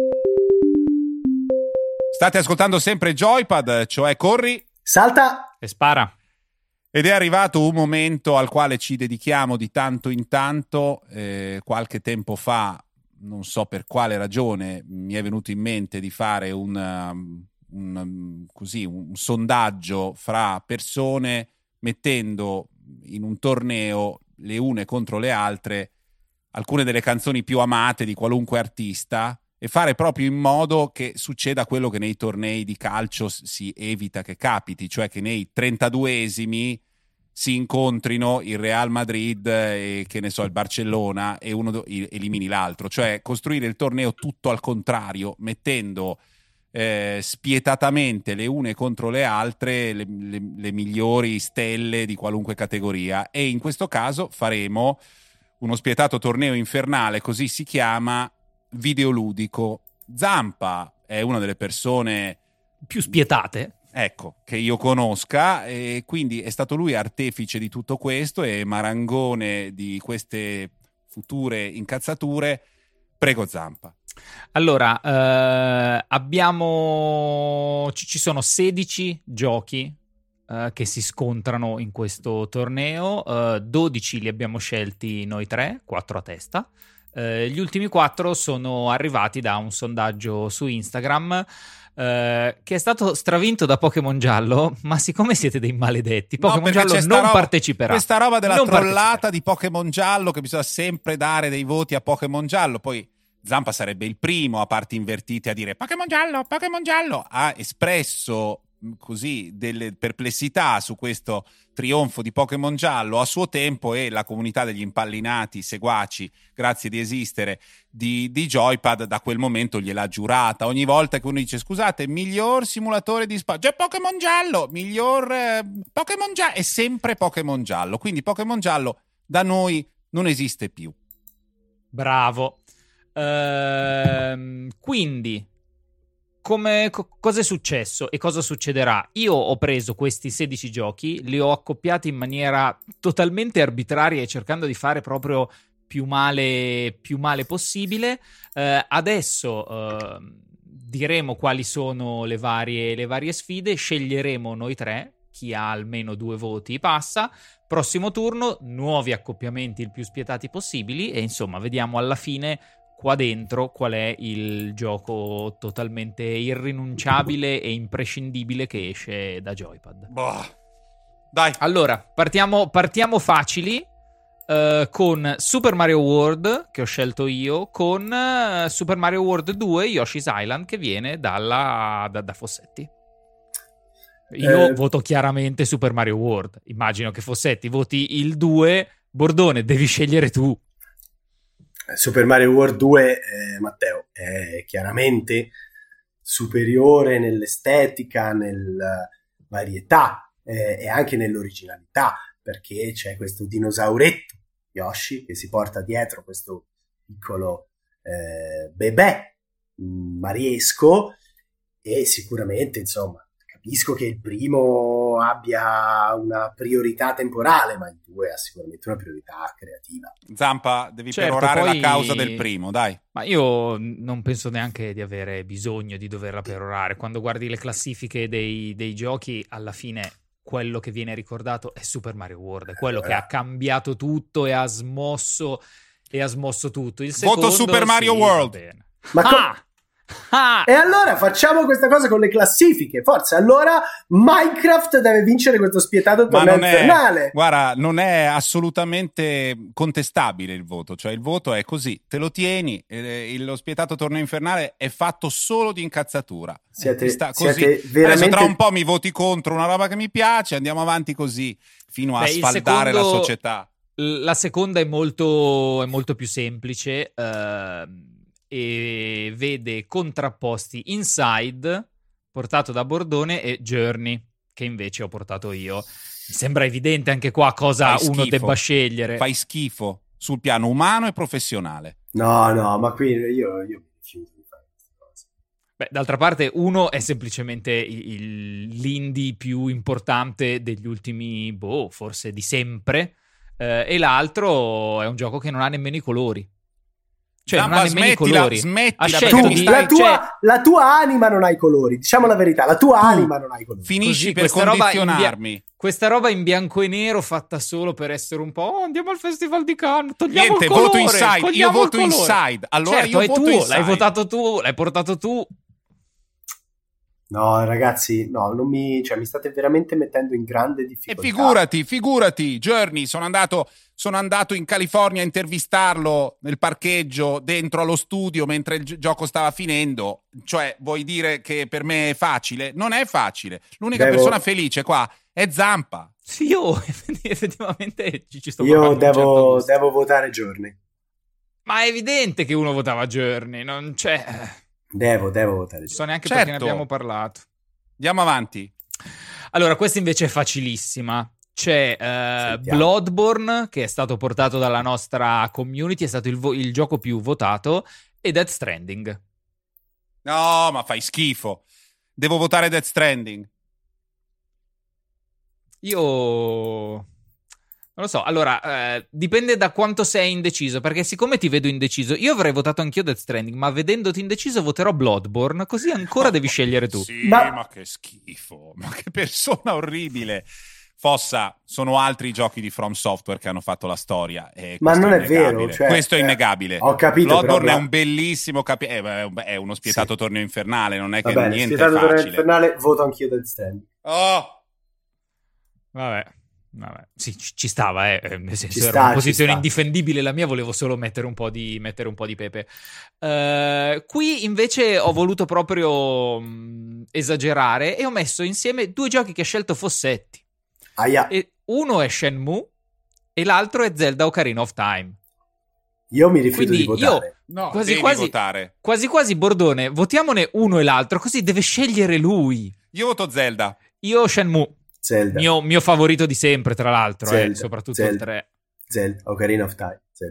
State ascoltando sempre Joypad, cioè corri, Salta! E spara. ed è arrivato un momento al quale ci dedichiamo di tanto in tanto. Eh, qualche tempo fa, non so per quale ragione, mi è venuto in mente di fare un, um, un, um, così, un sondaggio fra persone mettendo in un torneo le une contro le altre alcune delle canzoni più amate di qualunque artista e fare proprio in modo che succeda quello che nei tornei di calcio si evita che capiti, cioè che nei trentaduesimi si incontrino il Real Madrid e che ne so il Barcellona e uno do- elimini l'altro, cioè costruire il torneo tutto al contrario, mettendo eh, spietatamente le une contro le altre le, le, le migliori stelle di qualunque categoria, e in questo caso faremo uno spietato torneo infernale, così si chiama, videoludico. Zampa è una delle persone Più spietate. ecco, che io conosca, e quindi è stato lui artefice di tutto questo e marangone di queste future incazzature. Prego Zampa. Allora, eh, abbiamo... ci ci sono sedici giochi eh, che si scontrano in questo torneo, eh, dodici li abbiamo scelti noi tre, quattro a testa. Eh, gli ultimi quattro sono arrivati da un sondaggio su Instagram eh, che è stato stravinto da Pokémon Giallo, ma siccome siete dei maledetti, No, Pokémon perché Giallo c'è sta non roba- parteciperà. Questa roba della Non trollata parteciperà. di Pokémon Giallo, che bisogna sempre dare dei voti a Pokémon Giallo, poi Zampa sarebbe il primo a parti invertite a dire Pokémon Giallo, Pokémon Giallo, ha espresso mh, così delle perplessità su questo trionfo di Pokémon Giallo a suo tempo, e la comunità degli impallinati seguaci, grazie di esistere, di, di Joypad da quel momento gliel'ha giurata. Ogni volta che uno dice scusate, miglior simulatore di spazio, c'è Pokémon Giallo, miglior eh, Pokémon Giallo, è sempre Pokémon Giallo, quindi Pokémon Giallo da noi non esiste più. Bravo. Ehm, quindi, come, co- cosa è successo e cosa succederà? Io ho preso questi sedici giochi, li ho accoppiati in maniera totalmente arbitraria e cercando di fare proprio più male, più male possibile. Eh, adesso eh, diremo quali sono le varie, le varie sfide, sceglieremo noi tre, chi ha almeno due voti passa. Prossimo turno, nuovi accoppiamenti il più spietati possibili e insomma vediamo alla fine qua dentro qual è il gioco totalmente irrinunciabile e imprescindibile che esce da Joypad. Boh. Dai. Allora, partiamo, partiamo facili uh, con Super Mario World, che ho scelto io, con uh, Super Mario World due Yoshi's Island, che viene dalla, da, da Fossetti. Io eh... voto chiaramente Super Mario World. Immagino che Fossetti voti il due. Bordone, devi scegliere tu. Super Mario World due, eh, Matteo, è chiaramente superiore nell'estetica, nella varietà eh, e anche nell'originalità, perché c'è questo dinosauretto Yoshi che si porta dietro questo piccolo eh, bebè mariesco e sicuramente, insomma, capisco che il primo abbia una priorità temporale, ma il due ha sicuramente una priorità creativa. Zampa, devi certo, perorare poi... la causa del primo, dai. Ma io non penso neanche di avere bisogno di doverla perorare. Quando guardi le classifiche dei, dei giochi, alla fine quello che viene ricordato è Super Mario World, è quello allora... che ha cambiato tutto e ha smosso, e ha smosso tutto. Il secondo, voto Super Mario sì, World. Ma ah! com- Ah. E allora facciamo questa cosa con le classifiche. Forza, allora Minecraft deve vincere questo spietato torneo infernale. Guarda, non è assolutamente contestabile il voto. Cioè il voto è così, te lo tieni. Eh, lo spietato torneo infernale è fatto solo di incazzatura. Siete, eh, sta così. Siete veramente... Adesso tra un po' mi voti contro una roba che mi piace, andiamo avanti così fino a Beh, sfaldare secondo... la società. La seconda è molto, è molto più semplice. Uh... e vede contrapposti Inside, portato da Bordone, e Journey, che invece ho portato io. Mi sembra evidente anche qua cosa Fai uno schifo. debba scegliere. Fai schifo sul piano umano e professionale. No, no, ma qui io, io mi rifiuto di fare queste cose. Beh, d'altra parte uno è semplicemente il, l'indie più importante degli ultimi, boh, forse di sempre, eh, e l'altro è un gioco che non ha nemmeno i colori. Cioè, Zampa, non ha nemmeno i colori. Smettila, tu, di... la, tua, cioè... la tua anima non ha i colori. Diciamo la verità, la tua tu anima non ha i colori. Finisci Così, per condizionarmi. Roba questa roba in bianco e nero fatta solo per essere un po'. Oh, andiamo al Festival di Cannes. Togliamo Niente, il colore. voto Inside. Io voto Inside. Allora certo, io è voto tuo. Inside. L'hai votato tu. L'hai portato tu. No, ragazzi, no, non mi, cioè, mi state veramente mettendo in grande difficoltà. E figurati, figurati, Journey, sono andato, sono andato in California a intervistarlo nel parcheggio dentro allo studio mentre il gi- gioco stava finendo. Cioè, vuoi dire che per me è facile? Non è facile. L'unica devo... persona felice qua è Zampa. Sì, io effettivamente ci, ci sto Io devo, certo devo votare Journey. Ma è evidente che uno votava Journey, non c'è... Devo, devo votare. Non so neanche certo. perché ne abbiamo parlato. Andiamo avanti. Allora, questa invece è facilissima. C'è uh, Bloodborne, che è stato portato dalla nostra community, è stato il, vo- il gioco più votato, e Death Stranding. No, ma fai schifo. Devo votare Death Stranding. Io... Non lo so, allora, eh, dipende da quanto sei indeciso, perché siccome ti vedo indeciso, io avrei votato anch'io Death Stranding, ma vedendoti indeciso voterò Bloodborne, così ancora oh, devi scegliere tu. Sì, ma... ma che schifo, ma che persona orribile. Fossa, sono altri giochi di From Software che hanno fatto la storia. E ma non è, è vero. Cioè, questo è eh, innegabile. Ho capito. Bloodborne però... è un bellissimo capi- è uno spietato sì. torneo infernale, non è che Vabbè, niente spietato è facile. torneo infernale, voto anch'io Death Stranding. Oh! Vabbè. Vabbè, sì, ci stava, eh. Nel senso, ci era sta, una posizione sta. indifendibile la mia, volevo solo mettere un po' di, mettere un po' di pepe. Uh, qui invece ho voluto proprio mh, esagerare e ho messo insieme due giochi che ha scelto Fossetti. Aia. E uno è Shenmue e l'altro è Zelda Ocarina of Time. Io mi rifiuto Quindi di votare. Io, no, quasi devi quasi, votare. quasi quasi Bordone, votiamone uno e l'altro, così deve scegliere lui. Io voto Zelda. Io Shenmue. Zelda. Mio, mio favorito di sempre, tra l'altro, Zelda. eh, soprattutto Zelda. il tre. Zelda, Ocarina of Time. Zelda.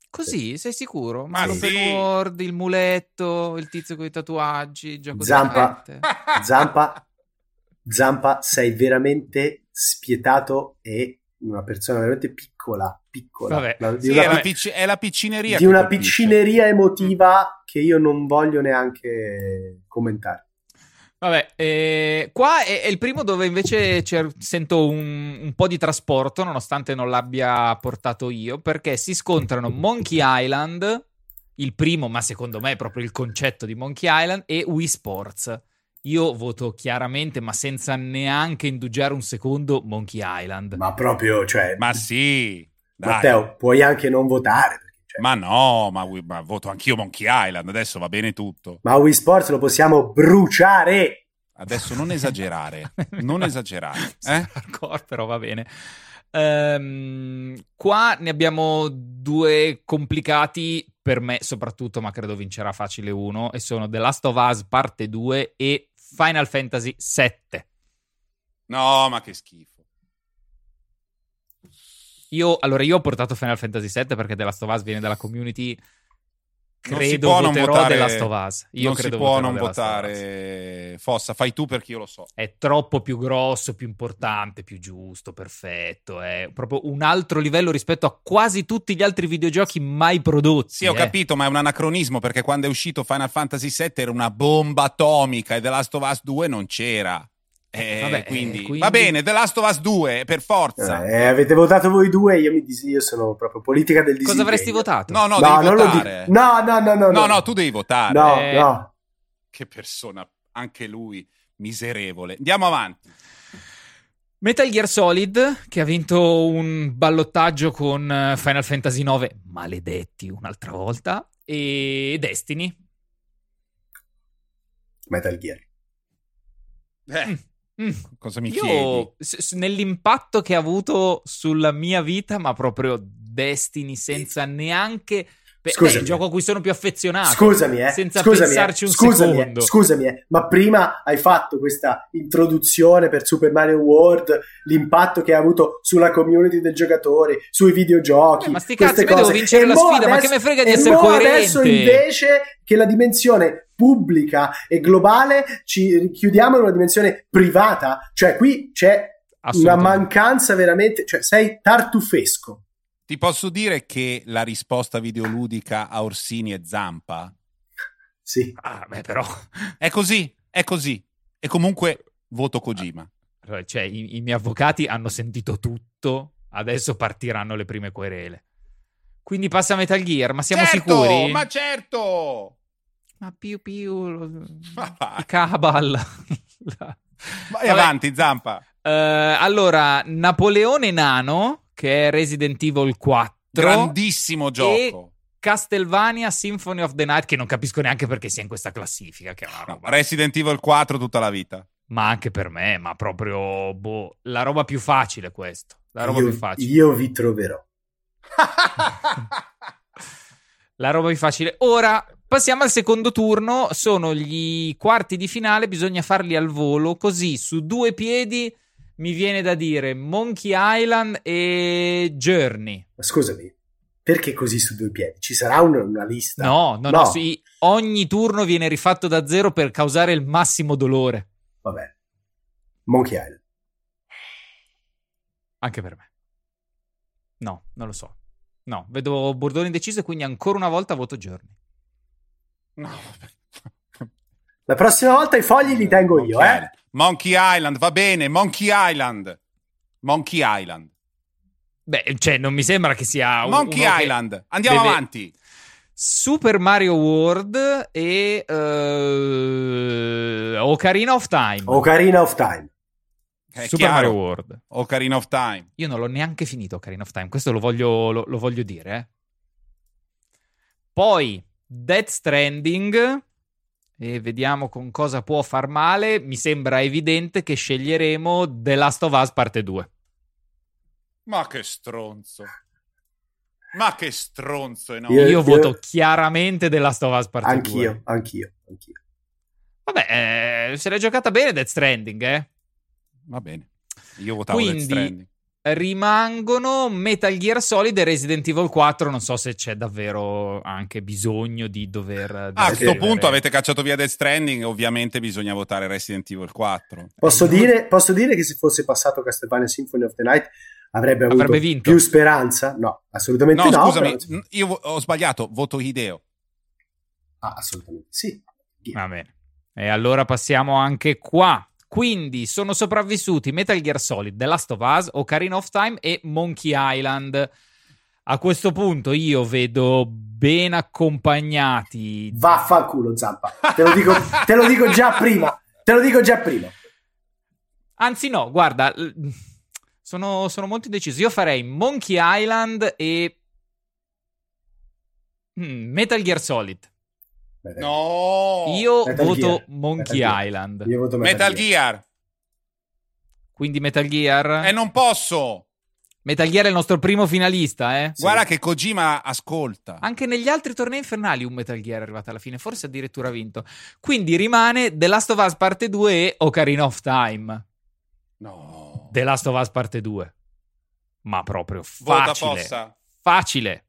Così, sei sicuro? Ma Ma l'open sì. world, il muletto, il tizio con i tatuaggi, il gioco Zampa. di carte. Zampa, Zampa, sei veramente spietato e una persona veramente piccola, piccola. Vabbè. La- di Sì, una, è, la pi- picci- è la piccineria di che una colpisce. piccineria emotiva che io non voglio neanche commentare. Vabbè, eh, qua è, è il primo dove invece cer- sento un, un po' di trasporto, nonostante non l'abbia portato io, perché si scontrano Monkey Island, il primo, ma secondo me è proprio il concetto di Monkey Island, e Wii Sports. Io voto chiaramente, ma senza neanche indugiare un secondo, Monkey Island. Ma proprio, cioè, Ma sì, dai. Matteo, puoi anche non votare. perché, cioè, Ma no, ma, ma voto anch'io Monkey Island, adesso va bene tutto. ma Wii Sports lo possiamo bruciare. Adesso non esagerare, non esagerare. Eh? Hardcore, però va bene. Ehm, qua ne abbiamo due complicati per me soprattutto, ma credo vincerà facile uno, e sono The Last of Us parte due e Final Fantasy sette. No, ma che schifo. Io, allora, io ho portato Final Fantasy sette perché The Last of Us viene dalla community. Non si Credo può non voterò votare- The Last of Us. Io non credo si può voterò non The Last of Us. votare. Fossa, fai tu perché io lo so. È troppo più grosso, più importante, più giusto, perfetto. È proprio un altro livello rispetto a quasi tutti gli altri videogiochi mai prodotti. Sì, ho eh. capito, ma è un anacronismo perché quando è uscito Final Fantasy sette era una bomba atomica e The Last of Us due non c'era. Eh, Vabbè, quindi... eh, quindi- Va bene, The Last of Us due, per forza. Eh, avete votato voi due, io mi dis- io sono proprio politica del disimpegno. Cosa avresti votato? No, no, No, devi non lo votare. dico. No, no, no, no, No, no, tu devi votare. No, Eh, no. Che persona, anche lui, miserevole. Andiamo avanti. Metal Gear Solid, che ha vinto un ballottaggio con eh, Final Fantasy nove, maledetti un'altra volta, e Destiny. Metal Gear. Eh, Mm. cosa mi chiedi? Io, s- s- nell'impatto che ha avuto sulla mia vita, ma proprio Destiny senza neanche... Beh, Scusami. beh, è il gioco a cui sono più affezionato. Scusami, eh. Senza scusami, pensarci eh. un scusami, secondo. Eh. Scusami, eh. Ma prima hai fatto questa introduzione per Super Mario World, l'impatto che ha avuto sulla community dei giocatori, sui videogiochi. Eh, ma sti queste cazzi, io devo cose. vincere E la mo sfida, ma adesso- che me frega di e essere mo coerente? adesso invece che la dimensione pubblica e globale ci chiudiamo in una dimensione privata, cioè qui c'è una Assolutamente. mancanza veramente, cioè sei tartufesco. Ti posso dire che la risposta videoludica a Orsini e Zampa Sì. Ah, beh, però... è così, è così. E comunque voto Kojima. Cioè, i, i miei avvocati hanno sentito tutto, adesso partiranno le prime querele. Quindi passa Metal Gear, ma siamo certo, sicuri? ma certo! Ma più più... Ma vai. I Cabal. Vai Vabbè. avanti, Zampa. Eh, allora, Napoleone Nano, che è Resident Evil quattro. Grandissimo gioco. Castlevania Symphony of the Night, che non capisco neanche perché sia in questa classifica, che è una No, roba... Resident Evil quattro tutta la vita. Ma anche per me, ma proprio... Boh, la roba più facile questo. La roba Io, più facile. io vi troverò. La roba più facile. Ora passiamo al secondo turno. Sono gli quarti di finale, bisogna farli al volo. Così su due piedi mi viene da dire Monkey Island e Journey. Ma scusami, perché così su due piedi? Ci sarà un- una lista? No, no, no. sì, ogni turno viene rifatto da zero per causare il massimo dolore. Vabbè. Monkey Island. Anche per me. No, non lo so. No, vedo Bordone indeciso e quindi ancora una volta voto Journey. No, vabbè. La prossima volta i fogli li tengo io, Monkey eh? Island. Monkey Island, va bene, Monkey Island. Monkey Island. Beh, cioè, non mi sembra che sia un, Monkey uno che Island. Andiamo deve- avanti. Super Mario World e eh, Ocarina of Time. Ocarina of Time. È Super chiaro. Mario World. Ocarina of Time. Io non l'ho neanche finito Ocarina of Time, questo lo voglio, lo, lo voglio dire. Eh. Poi Death Stranding, e vediamo con cosa può far male. Mi sembra evidente che sceglieremo The Last of Us parte due. Ma che stronzo. Ma che stronzo enorme. Io, Io- io- voto chiaramente The Last of Us parte Anch'io, due. anch'io, anch'io. Vabbè, eh, se l'è giocata bene Death Stranding, eh. Va bene. Io votavo Death Quindi Stranding. rimangono Metal Gear Solid e Resident Evil quattro. Non so se c'è davvero anche bisogno di dover... Ah, a questo punto avete cacciato via Death Stranding, ovviamente bisogna votare Resident Evil quattro. Posso, dire, posso dire che se fosse passato Castlevania Symphony of the Night avrebbe avuto avrebbe vinto. più speranza? No, assolutamente no. No, scusami, però... io ho sbagliato, voto Hideo. Ah, assolutamente sì. Va bene. E allora passiamo anche qua. Quindi sono sopravvissuti Metal Gear Solid, The Last of Us, Ocarina of Time e Monkey Island. A questo punto io vedo ben accompagnati. Vaffanculo, Zampa. Te lo dico, te lo dico già prima. Te lo dico già prima. Anzi no, guarda, sono, sono molto indeciso. Io farei Monkey Island e hmm, Metal Gear Solid. Metal No, io Metal voto Gear. Monkey Metal Island. Io voto Metal, Metal Gear. Gear. Quindi Metal Gear. E non posso. Metal Gear è il nostro primo finalista, eh? Sì. Guarda che Kojima ascolta. Anche negli altri tornei infernali un Metal Gear è arrivato alla fine, forse addirittura ha vinto. Quindi rimane The Last of Us parte due e Ocarina of Time. No. The Last of Us parte due. Ma proprio Vota facile. Fossa. Facile.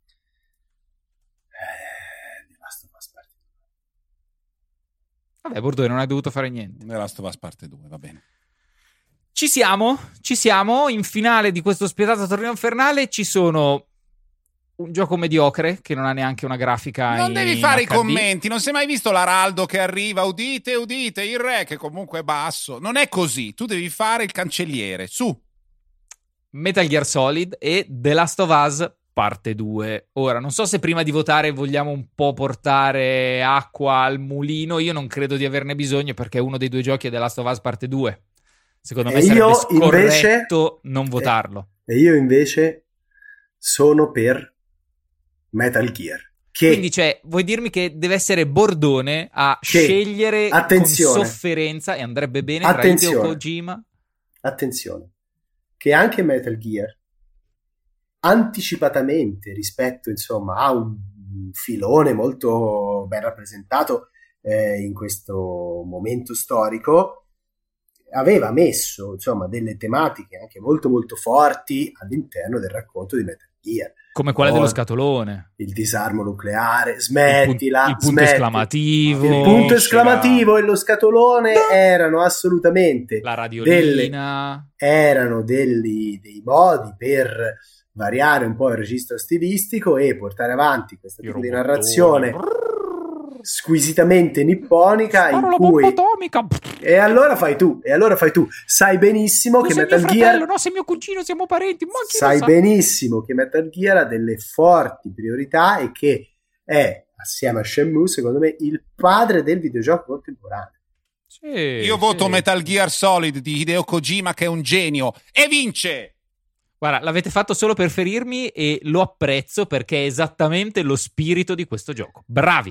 Vabbè, Bordeaux, non hai dovuto fare niente. The Last of Us parte due, va bene. Ci siamo, ci siamo. In finale di questo spietato torneo infernale ci sono un gioco mediocre che non ha neanche una grafica non in devi fare H D. I commenti, non si è mai visto l'Araldo che arriva, udite, udite, il re che comunque è basso. Non è così, tu devi fare il cancelliere, su. Metal Gear Solid e The Last of Us parte due. Ora, non so se prima di votare vogliamo un po' portare acqua al mulino. Io non credo di averne bisogno perché uno dei due giochi è The Last of Us parte due. Secondo me e sarebbe io scorretto invece, non votarlo. E, e io invece sono per Metal Gear. Che, Quindi, cioè, vuoi dirmi che deve essere Bordone a che, scegliere attenzione, con sofferenza e andrebbe bene attenzione, tra Hideo Kojima? Attenzione, che anche Metal Gear anticipatamente rispetto insomma a un filone molto ben rappresentato eh, in questo momento storico aveva messo insomma delle tematiche anche molto molto forti all'interno del racconto di Metal Gear, come quella oh, dello scatolone, il disarmo nucleare, smettila, il, pun- il punto smetti. esclamativo, il punto esclamativo e lo scatolone no. erano assolutamente la radiolina, delle, erano degli, dei modi per variare un po' il registro stilistico e portare avanti questa tipo di narrazione squisitamente nipponica in cui atomica. E allora fai tu e allora fai tu sai benissimo tu che sei Metal mio Gear fratello, no, sei mio cugino, siamo parenti, ma chi sai lo sa? benissimo che Metal Gear ha delle forti priorità e che è assieme a Shenmue secondo me il padre del videogioco contemporaneo. Sì, io voto sì. Metal Gear Solid di Hideo Kojima che è un genio e vince. Guarda, l'avete fatto solo per ferirmi e lo apprezzo perché è esattamente lo spirito di questo gioco. Bravi!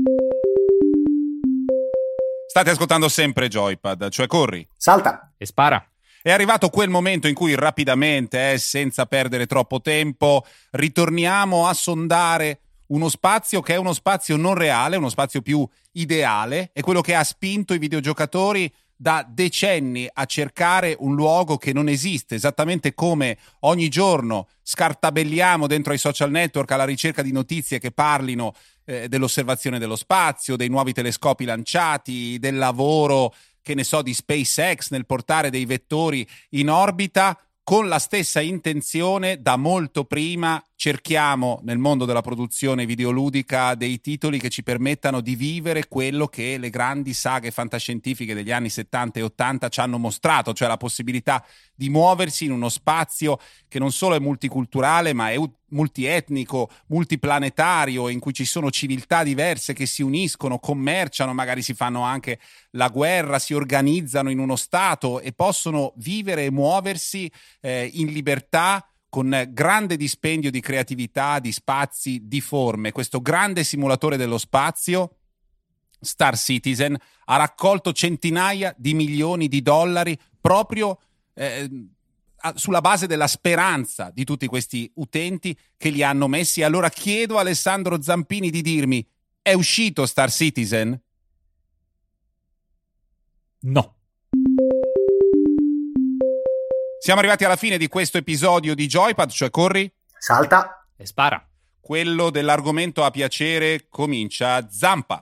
State ascoltando sempre Joypad, cioè corri, salta e spara. È arrivato quel momento in cui rapidamente, eh, senza perdere troppo tempo, ritorniamo a sondare uno spazio che è uno spazio non reale, uno spazio più ideale, è quello che ha spinto i videogiocatori da decenni a cercare un luogo che non esiste, esattamente come ogni giorno scartabelliamo dentro ai social network alla ricerca di notizie che parlino eh, dell'osservazione dello spazio, dei nuovi telescopi lanciati, del lavoro, che ne so, di SpaceX nel portare dei vettori in orbita. Con la stessa intenzione, da molto prima, cerchiamo nel mondo della produzione videoludica dei titoli che ci permettano di vivere quello che le grandi saghe fantascientifiche degli anni settanta e ottanta ci hanno mostrato, cioè la possibilità di muoversi in uno spazio che non solo è multiculturale, ma è multietnico, multiplanetario, in cui ci sono civiltà diverse che si uniscono, commerciano, magari si fanno anche la guerra, si organizzano in uno stato e possono vivere e muoversi eh, in libertà, con grande dispendio di creatività, di spazi, di forme. Questo grande simulatore dello spazio, Star Citizen, ha raccolto centinaia di milioni di dollari proprio eh, sulla base della speranza di tutti questi utenti che li hanno messi. Allora chiedo a Alessandro Zampini di dirmi: è uscito Star Citizen? No. Siamo arrivati alla fine di questo episodio di Joypad, cioè corri, salta e spara. Quello dell'argomento a piacere comincia. Zampa.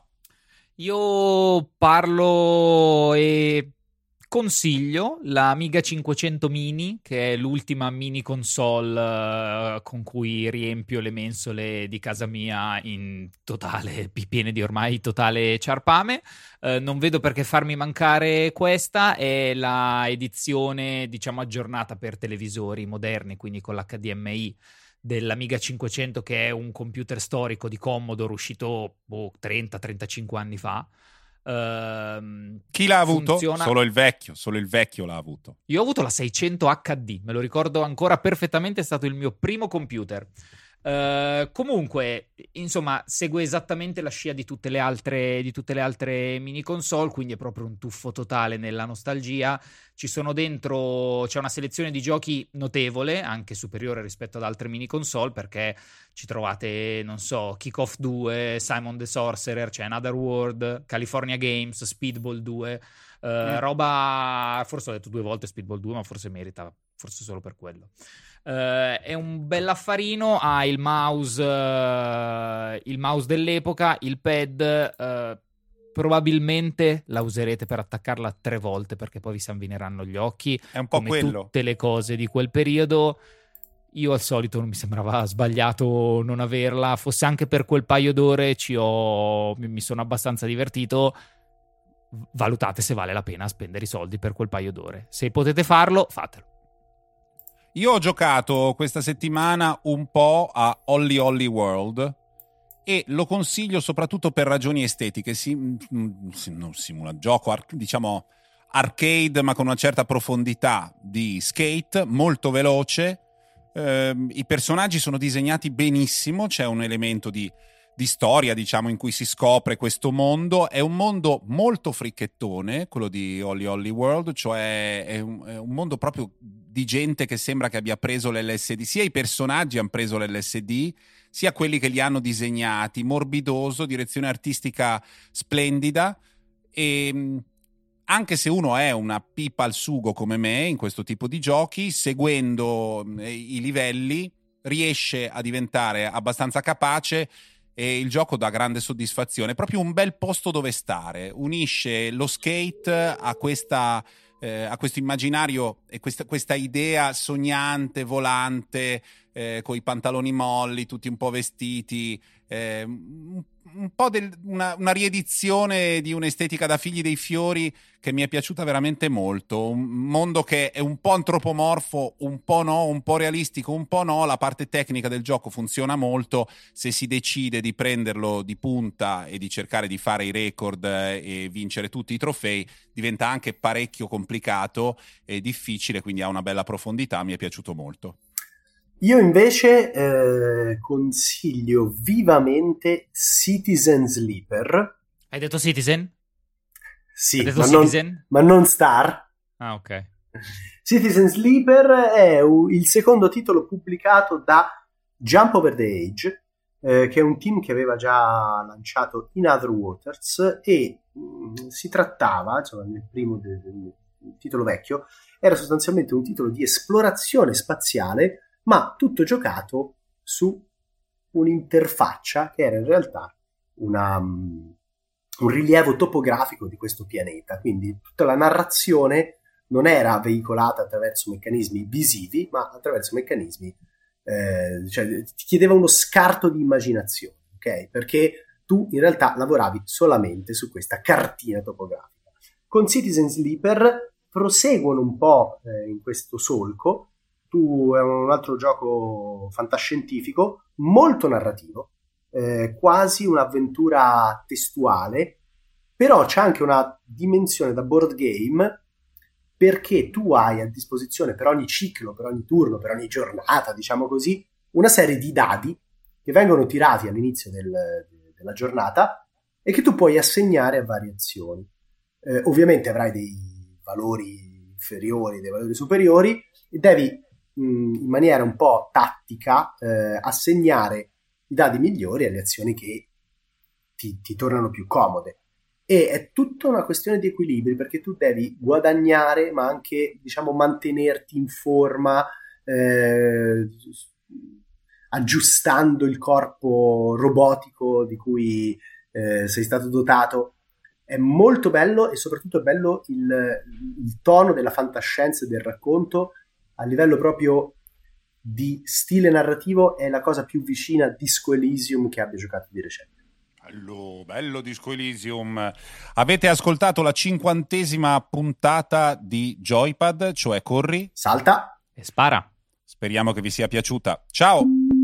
Io parlo e consiglio la Amiga cinquecento Mini, che è l'ultima mini console uh, con cui riempio le mensole di casa mia in totale, piene di ormai totale ciarpame. Uh, non vedo perché farmi mancare questa. È la edizione, diciamo, aggiornata per televisori moderni, quindi con l'H D M I dell'Amiga cinquecento, che è un computer storico di Commodore uscito boh, trenta trentacinque anni fa. Uh, Chi l'ha avuto? Funziona... Solo il vecchio, solo il vecchio l'ha avuto. Io ho avuto la seicento acca di, me lo ricordo ancora perfettamente, è stato il mio primo computer. Uh, comunque, insomma, segue esattamente la scia di tutte le altre di tutte le altre mini console, quindi è proprio un tuffo totale nella nostalgia. Ci sono dentro, c'è una selezione di giochi notevole, anche superiore rispetto ad altre mini console, perché ci trovate, non so, Kick-Off due, Simon the Sorcerer, c'è Another World, California Games, Speedball due, uh, mm. roba, forse ho detto due volte Speedball due, ma forse merita, forse solo per quello. Uh, è un bell'affarino, ha il mouse uh, il mouse dell'epoca, il pad, uh, probabilmente la userete per attaccarla tre volte perché poi vi sanguineranno gli occhi, è un po' come quello. Tutte le cose di quel periodo. Io al solito non mi sembrava sbagliato non averla, fosse anche per quel paio d'ore ci ho, mi sono abbastanza divertito. Valutate se vale la pena spendere i soldi per quel paio d'ore. Se potete farlo, fatelo. Io ho giocato questa settimana un po' a Holly Holly World e lo consiglio soprattutto per ragioni estetiche. Si, non simula gioco, diciamo arcade, ma con una certa profondità di skate, molto veloce. Eh, i personaggi sono disegnati benissimo, c'è un elemento di, di storia, diciamo, in cui si scopre questo mondo. È un mondo molto fricchettone, quello di Holly Holly World, cioè è un, è un mondo proprio di gente che sembra che abbia preso l'L S D. Sia i personaggi hanno preso l'L S D, sia quelli che li hanno disegnati. Morbidoso, direzione artistica splendida, e anche se uno è una pipa al sugo come me in questo tipo di giochi, seguendo i livelli riesce a diventare abbastanza capace e il gioco dà grande soddisfazione. È proprio un bel posto dove stare, unisce lo skate a questa eh, a questo immaginario e questa, questa idea sognante, volante, eh, con i pantaloni molli, tutti un po' vestiti, eh, un, un po' del, una, una riedizione di un'estetica da figli dei fiori che mi è piaciuta veramente molto. Un mondo che è un po' antropomorfo, un po' no, un po' realistico, un po' no. La parte tecnica del gioco funziona molto. Se si decide di prenderlo di punta e di cercare di fare i record e vincere tutti i trofei, diventa anche parecchio complicato e difficile, quindi ha una bella profondità. Mi è piaciuto molto. Io invece eh, consiglio vivamente Citizen Sleeper. Hai detto Citizen? Sì, Hai detto ma, Citizen? Non, ma non Star. Ah, ok. Citizen Sleeper è il secondo titolo pubblicato da Jump Over the Age, eh, che è un team che aveva già lanciato In Other Waters, e mh, si trattava, insomma, nel primo del, del titolo vecchio, era sostanzialmente un titolo di esplorazione spaziale, ma tutto giocato su un'interfaccia che era in realtà una, um, un rilievo topografico di questo pianeta. Quindi tutta la narrazione non era veicolata attraverso meccanismi visivi, ma attraverso meccanismi, eh, cioè ti chiedeva uno scarto di immaginazione, ok? Perché tu in realtà lavoravi solamente su questa cartina topografica. Con Citizen Sleeper proseguono un po' eh, in questo solco. Tu è un altro gioco fantascientifico, molto narrativo, eh, quasi un'avventura testuale, però c'è anche una dimensione da board game, perché tu hai a disposizione per ogni ciclo, per ogni turno, per ogni giornata, diciamo così, una serie di dadi che vengono tirati all'inizio del, della giornata e che tu puoi assegnare a varie azioni. Eh, ovviamente avrai dei valori inferiori, dei valori superiori, e devi in maniera un po' tattica eh, assegnare i dadi migliori alle azioni che ti, ti tornano più comode. e è tutta una questione di equilibri, perché tu devi guadagnare ma anche, diciamo, mantenerti in forma, eh, aggiustando il corpo robotico di cui eh, sei stato dotato. È molto bello, e soprattutto è bello il, il tono della fantascienza e del racconto a livello proprio di stile narrativo. È la cosa più vicina a Disco Elysium che abbia giocato di recente. Bello, bello Disco Elysium. Avete ascoltato la cinquantesima puntata di Joypad, cioè corri, salta e spara. Speriamo che vi sia piaciuta. Ciao!